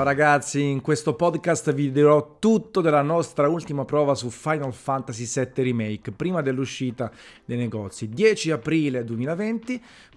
Ciao ragazzi, in questo podcast vi dirò tutto della nostra ultima prova su Final Fantasy VII Remake, prima dell'uscita dei negozi. 10 aprile 2020,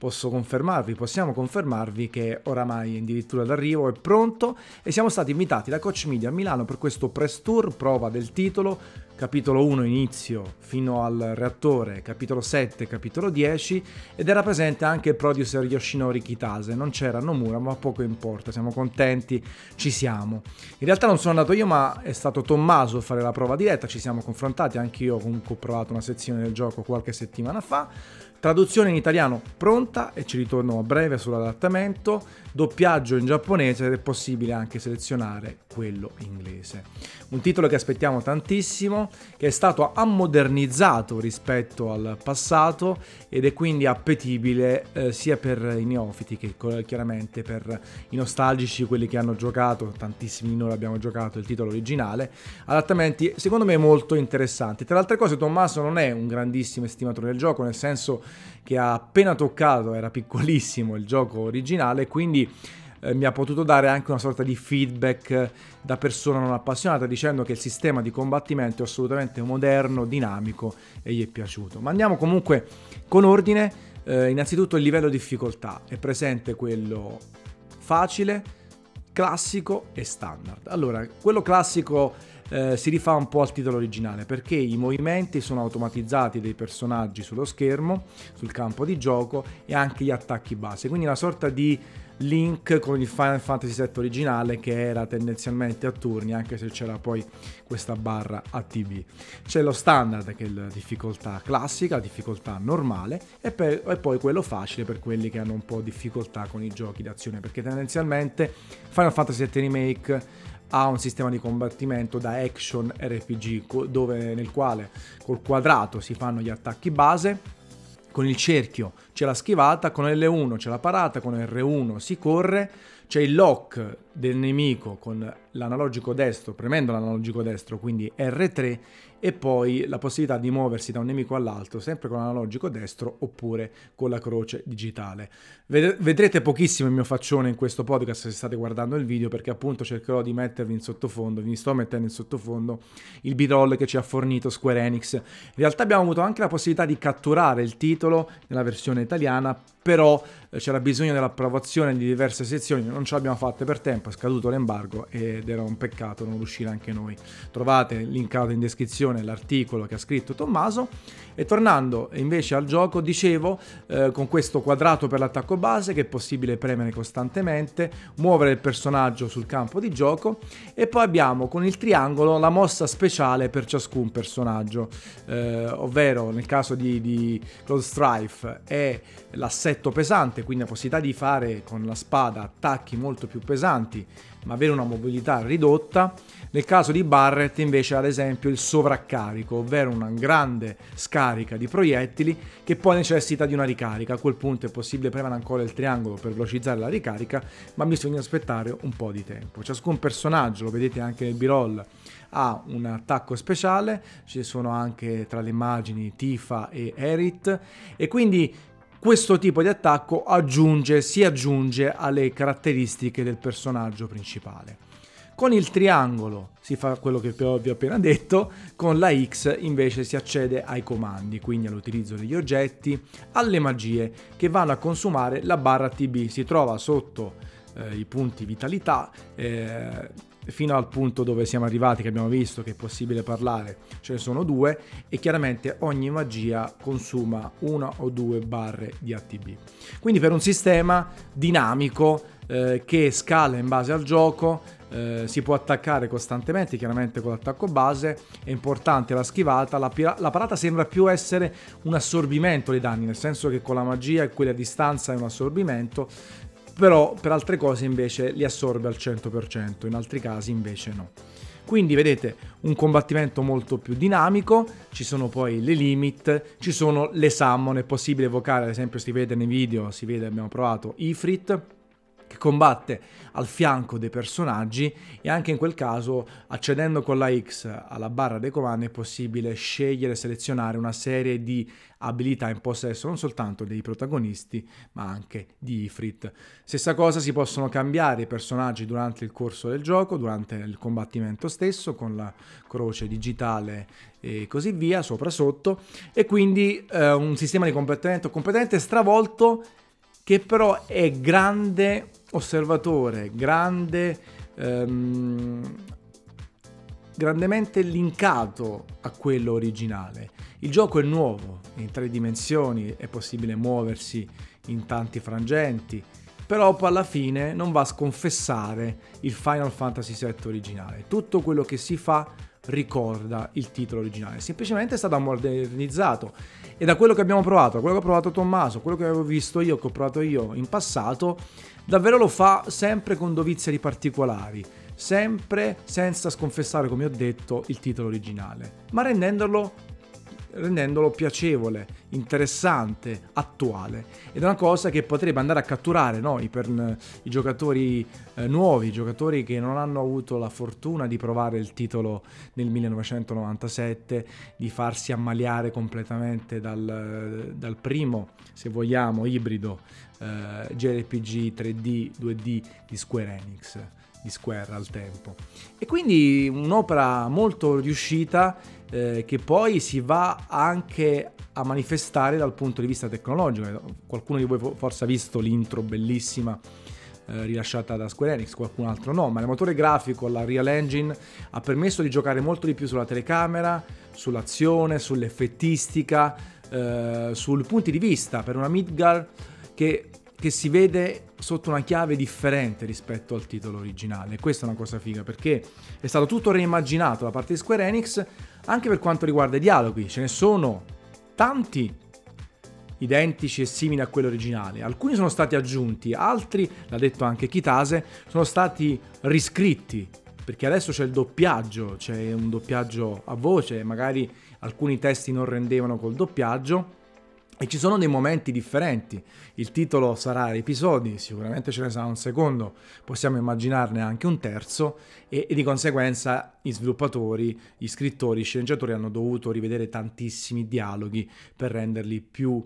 possiamo confermarvi che oramai è addirittura d'arrivo, è pronto e siamo stati invitati da Coach Media a Milano per questo press tour, prova del titolo, capitolo 1 inizio fino al reattore, capitolo 7, capitolo 10 ed era presente anche il producer Yoshinori Kitase, non c'era Nomura ma poco importa, siamo contenti, ci siamo. In realtà non sono andato io ma è stato Tommaso a fare la prova diretta, ci siamo confrontati, anche io comunque ho provato una sezione del gioco qualche settimana fa, traduzione in italiano pronta e ci ritorno a breve sull'adattamento, doppiaggio in giapponese ed è possibile anche selezionare quello inglese. Un titolo che aspettiamo tantissimo, che è stato ammodernizzato rispetto al passato ed è quindi appetibile sia per i neofiti che chiaramente per i nostalgici, quelli che hanno giocato, tantissimi di noi abbiamo giocato il titolo originale, adattamenti secondo me molto interessanti. Tra le altre cose Tommaso non è un grandissimo estimatore del gioco, nel senso che ha appena toccato, era piccolissimo il gioco originale, quindi mi ha potuto dare anche una sorta di feedback da persona non appassionata, dicendo che il sistema di combattimento è assolutamente moderno, dinamico e gli è piaciuto. Ma andiamo comunque con ordine. Innanzitutto il livello di difficoltà è presente quello facile, classico e standard. Allora, quello classico si rifà un po' al titolo originale perché i movimenti sono automatizzati dei personaggi sullo schermo, sul campo di gioco e anche gli attacchi base, quindi una sorta di link con il Final Fantasy VII originale che era tendenzialmente a turni, anche se c'era poi questa barra ATB. C'è lo standard che è la difficoltà classica, la difficoltà normale e poi quello facile per quelli che hanno un po' difficoltà con i giochi d'azione, perché tendenzialmente Final Fantasy VII Remake ha un sistema di combattimento da action RPG nel quale col quadrato si fanno gli attacchi base, con il cerchio c'è la schivata, con L1 c'è la parata, con R1 si corre, c'è il lock del nemico con l'analogico destro, premendo l'analogico destro, quindi R3, e poi la possibilità di muoversi da un nemico all'altro, sempre con l'analogico destro oppure con la croce digitale. Vedrete pochissimo il mio faccione in questo podcast se state guardando il video, perché appunto cercherò di mettervi in sottofondo, vi sto mettendo in sottofondo il b-roll che ci ha fornito Square Enix. In realtà abbiamo avuto anche la possibilità di catturare il titolo nella versione italiana, però c'era bisogno dell'approvazione di diverse sezioni, non ce l'abbiamo fatte per tempo, è scaduto l'embargo ed era un peccato non riuscire anche noi. Trovate linkato in descrizione l'articolo che ha scritto Tommaso. E tornando invece al gioco, dicevo, con questo quadrato per l'attacco base che è possibile premere costantemente, muovere il personaggio sul campo di gioco, e poi abbiamo con il triangolo la mossa speciale per ciascun personaggio, ovvero nel caso di Cloud Strife è l'assetto pesante, quindi la possibilità di fare con la spada attacchi molto più pesanti ma avere una mobilità ridotta. Nel caso di Barret invece ad esempio il sovraccarico, ovvero una grande scarica di proiettili che poi necessita di una ricarica. A quel punto è possibile premere ancora il triangolo per velocizzare la ricarica, ma bisogna aspettare un po' di tempo. Ciascun personaggio, lo vedete anche nel b-roll, ha un attacco speciale, ci sono anche tra le immagini Tifa e Aerith, e quindi questo tipo di attacco si aggiunge alle caratteristiche del personaggio principale. Con il triangolo si fa quello che vi ho appena detto, con la X invece si accede ai comandi, quindi all'utilizzo degli oggetti, alle magie che vanno a consumare la barra TB. Si trova sotto i punti vitalità, fino al punto dove siamo arrivati, che abbiamo visto che è possibile parlare, ce ne sono 2, e chiaramente ogni magia consuma 1 o 2 barre di ATB. Quindi per un sistema dinamico che scala in base al gioco, si può attaccare costantemente, chiaramente con l'attacco base, è importante la schivata, la parata sembra più essere un assorbimento dei danni, nel senso che con la magia e quella a distanza è un assorbimento, però per altre cose invece li assorbe al 100%, in altri casi invece no. Quindi vedete un combattimento molto più dinamico, ci sono poi le limit, ci sono le summon, è possibile evocare, ad esempio si vede nei video, abbiamo provato Ifrit, che che combatte al fianco dei personaggi, e anche in quel caso, accedendo con la X alla barra dei comandi, è possibile scegliere e selezionare una serie di abilità in possesso non soltanto dei protagonisti ma anche di Ifrit. Stessa cosa, si possono cambiare i personaggi durante il corso del gioco, durante il combattimento stesso, con la croce digitale e così via, sopra sotto, e quindi un sistema di completamente stravolto, che però è grande osservatore, grandemente linkato a quello originale. Il gioco è nuovo, è in 3 dimensioni, è possibile muoversi in tanti frangenti, però poi alla fine non va a sconfessare il Final Fantasy VII originale. Tutto quello che si fa ricorda il titolo originale, semplicemente è stato modernizzato, e da quello che abbiamo provato, quello che ha provato Tommaso, quello che avevo visto io, che ho provato io in passato, davvero lo fa sempre con dovizie particolari, sempre senza sconfessare, come ho detto, il titolo originale, ma rendendolo piacevole, interessante, attuale. Ed è una cosa che potrebbe andare a catturare, no? I giocatori nuovi, i giocatori che non hanno avuto la fortuna di provare il titolo nel 1997, di farsi ammaliare completamente dal primo, se vogliamo, ibrido JRPG 3D, 2D di Square Enix, di Square al tempo. E quindi un'opera molto riuscita, che poi si va anche a manifestare dal punto di vista tecnologico. Qualcuno di voi forse ha visto l'intro bellissima rilasciata da Square Enix, qualcun altro no, ma il motore grafico, la Real Engine, ha permesso di giocare molto di più sulla telecamera, sull'azione, sull'effettistica, sui punti di vista per una Midgar che si vede sotto una chiave differente rispetto al titolo originale. Questa è una cosa figa, perché è stato tutto reimmaginato da parte di Square Enix, anche per quanto riguarda i dialoghi. Ce ne sono tanti identici e simili a quello originale, alcuni sono stati aggiunti, altri, l'ha detto anche Kitase, sono stati riscritti, perché adesso c'è il doppiaggio, c'è un doppiaggio a voce, magari alcuni testi non rendevano col doppiaggio, e ci sono dei momenti differenti. Il titolo sarà episodi, sicuramente ce ne sarà un secondo, possiamo immaginarne anche un terzo, e di conseguenza gli sviluppatori, gli scrittori, gli sceneggiatori hanno dovuto rivedere tantissimi dialoghi per renderli più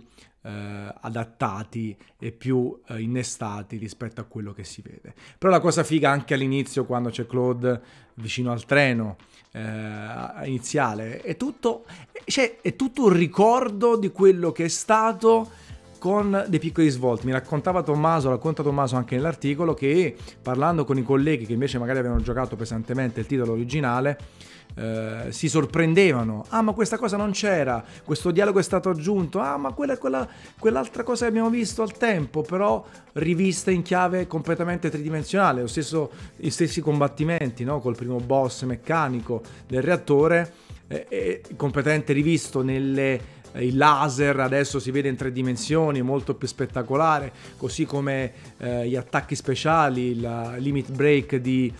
adattati e più innestati rispetto a quello che si vede. Però la cosa figa anche all'inizio, quando c'è Claude vicino al treno iniziale, è tutto un ricordo di quello che è stato, con dei piccoli svolti. Racconta Tommaso anche nell'articolo, che parlando con i colleghi che invece magari avevano giocato pesantemente il titolo originale, si sorprendevano: ah, ma questa cosa non c'era, questo dialogo è stato aggiunto, ah, ma quell'altra cosa che abbiamo visto al tempo, però rivista in chiave completamente tridimensionale. Gli stessi combattimenti, no? Col primo boss meccanico del reattore, completamente rivisto il laser adesso si vede in 3 dimensioni, molto più spettacolare, così come gli attacchi speciali, la limit break di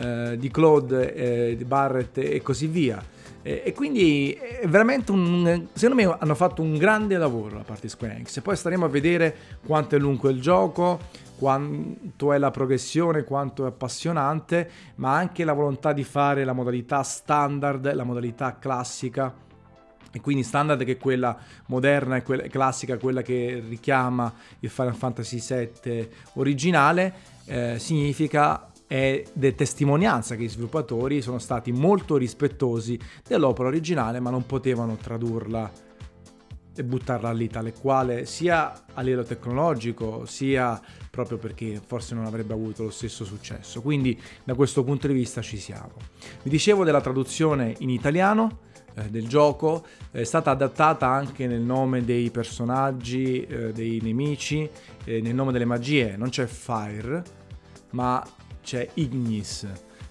Claude, di Barrett e così via. E quindi è veramente secondo me hanno fatto un grande lavoro da parte di Square Enix, e poi staremo a vedere quanto è lungo il gioco, quanto è la progressione, quanto è appassionante, ma anche la volontà di fare la modalità standard, la modalità classica. E quindi standard, che è quella moderna, e quella classica, quella che richiama il Final Fantasy VII originale, significa ed è testimonianza che gli sviluppatori sono stati molto rispettosi dell'opera originale, ma non potevano tradurla e buttarla lì tale quale, sia a livello tecnologico, sia proprio perché forse non avrebbe avuto lo stesso successo. Quindi da questo punto di vista ci siamo. Vi dicevo della traduzione in italiano del gioco, è stata adattata anche nel nome dei personaggi, dei nemici, nel nome delle magie. Non c'è Fire, ma c'è Ignis,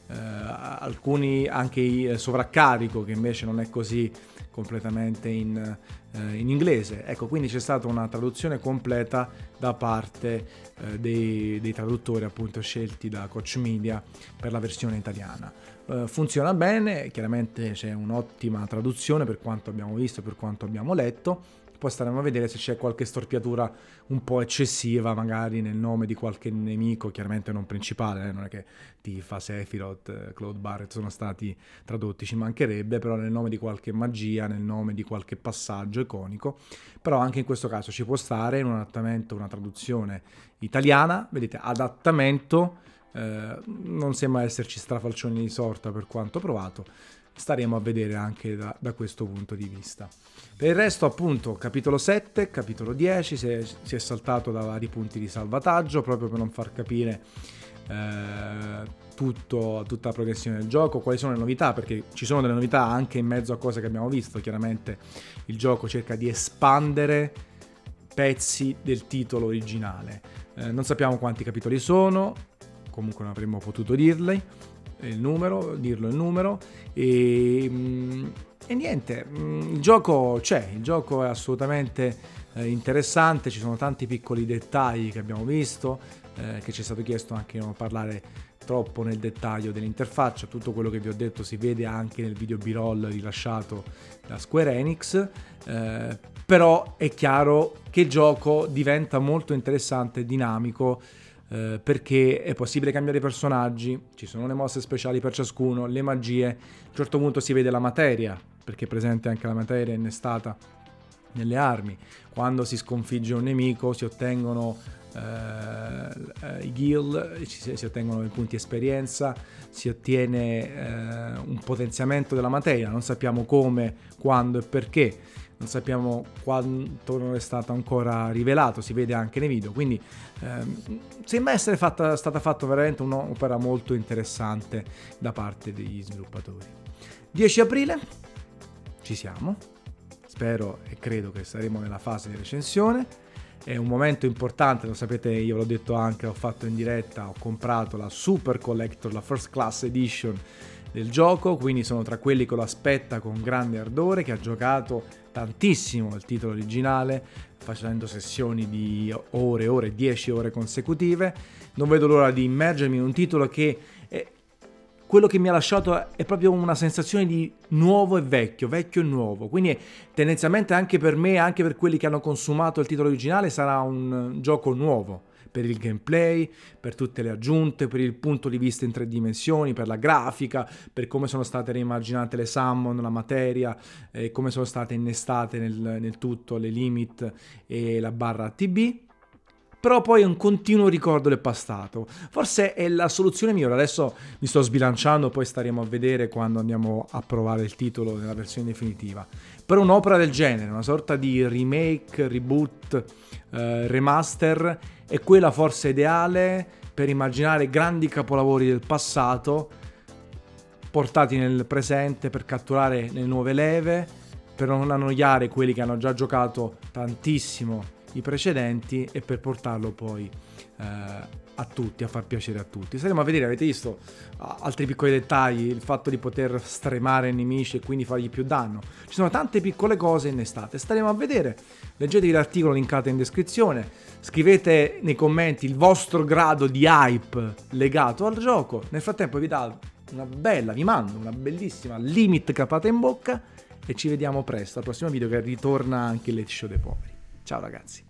alcuni anche sovraccarico, che invece non è così completamente in inglese. Ecco, quindi c'è stata una traduzione completa da parte dei traduttori, appunto, scelti da Koch Media per la versione italiana. Funziona bene, chiaramente c'è un'ottima traduzione per quanto abbiamo visto, per quanto abbiamo letto. poi staremo a vedere se c'è qualche storpiatura un po' eccessiva, magari nel nome di qualche nemico, chiaramente non principale, non è che Tifa, Sephiroth, Claude Barrett sono stati tradotti, ci mancherebbe, però nel nome di qualche magia, nel nome di qualche passaggio iconico. Però anche in questo caso ci può stare in un adattamento, una traduzione italiana, vedete, adattamento, non sembra esserci strafalcioni di sorta per quanto provato, staremo a vedere anche da questo punto di vista. Per il resto, appunto, capitolo 7, capitolo 10 si è saltato da vari punti di salvataggio proprio per non far capire tutta la progressione del gioco, quali sono le novità, perché ci sono delle novità anche in mezzo a cose che abbiamo visto. Chiaramente il gioco cerca di espandere pezzi del titolo originale, non sappiamo quanti capitoli sono, comunque non avremmo potuto dirlo il numero e niente, il gioco c'è, il gioco è assolutamente interessante, ci sono tanti piccoli dettagli che abbiamo visto, che ci è stato chiesto anche di non parlare troppo nel dettaglio dell'interfaccia. Tutto quello che vi ho detto si vede anche nel video B-roll rilasciato da Square Enix, però è chiaro che il gioco diventa molto interessante e dinamico, perché è possibile cambiare i personaggi, ci sono le mosse speciali per ciascuno, le magie, a un certo punto si vede la materia, perché è presente anche la materia innestata nelle armi. Quando si sconfigge un nemico si ottengono i gil, si ottengono i punti esperienza, si ottiene un potenziamento della materia, non sappiamo come, quando e perché, non sappiamo quanto non è stato ancora rivelato, si vede anche nei video, quindi sembra essere stata fatta veramente un'opera molto interessante da parte degli sviluppatori. 10 aprile ci siamo, spero e credo che saremo nella fase di recensione. È un momento importante, lo sapete, io l'ho detto anche, ho fatto in diretta, ho comprato la Super Collector, la First Class Edition del gioco, quindi sono tra quelli che lo aspetta con grande ardore, che ha giocato tantissimo il titolo originale, facendo sessioni di ore, 10 ore consecutive. Non vedo l'ora di immergermi in un titolo che quello che mi ha lasciato è proprio una sensazione di nuovo e vecchio e nuovo, quindi tendenzialmente anche per me, anche per quelli che hanno consumato il titolo originale, sarà un gioco nuovo per il gameplay, per tutte le aggiunte, per il punto di vista in 3 dimensioni, per la grafica, per come sono state reimaginate le summon, la materia, come sono state innestate nel tutto le limit e la barra ATB. Però poi è un continuo ricordo del passato. Forse è la soluzione migliore. Adesso mi sto sbilanciando, poi staremo a vedere quando andiamo a provare il titolo nella versione definitiva. Per un'opera del genere, una sorta di remake, reboot, remaster, è quella forse ideale per immaginare grandi capolavori del passato portati nel presente, per catturare le nuove leve, per non annoiare quelli che hanno già giocato tantissimo i precedenti e per portarlo poi a tutti, a far piacere a tutti. Staremo a vedere, avete visto altri piccoli dettagli, il fatto di poter stremare i nemici e quindi fargli più danno. Ci sono tante piccole cose innestate, staremo a vedere. Leggetevi l'articolo linkato in descrizione, scrivete nei commenti il vostro grado di hype legato al gioco. Nel frattempo vi mando una bellissima Limit capata in bocca e ci vediamo presto al prossimo video, che ritorna anche il Late Show dei poveri. Ciao ragazzi.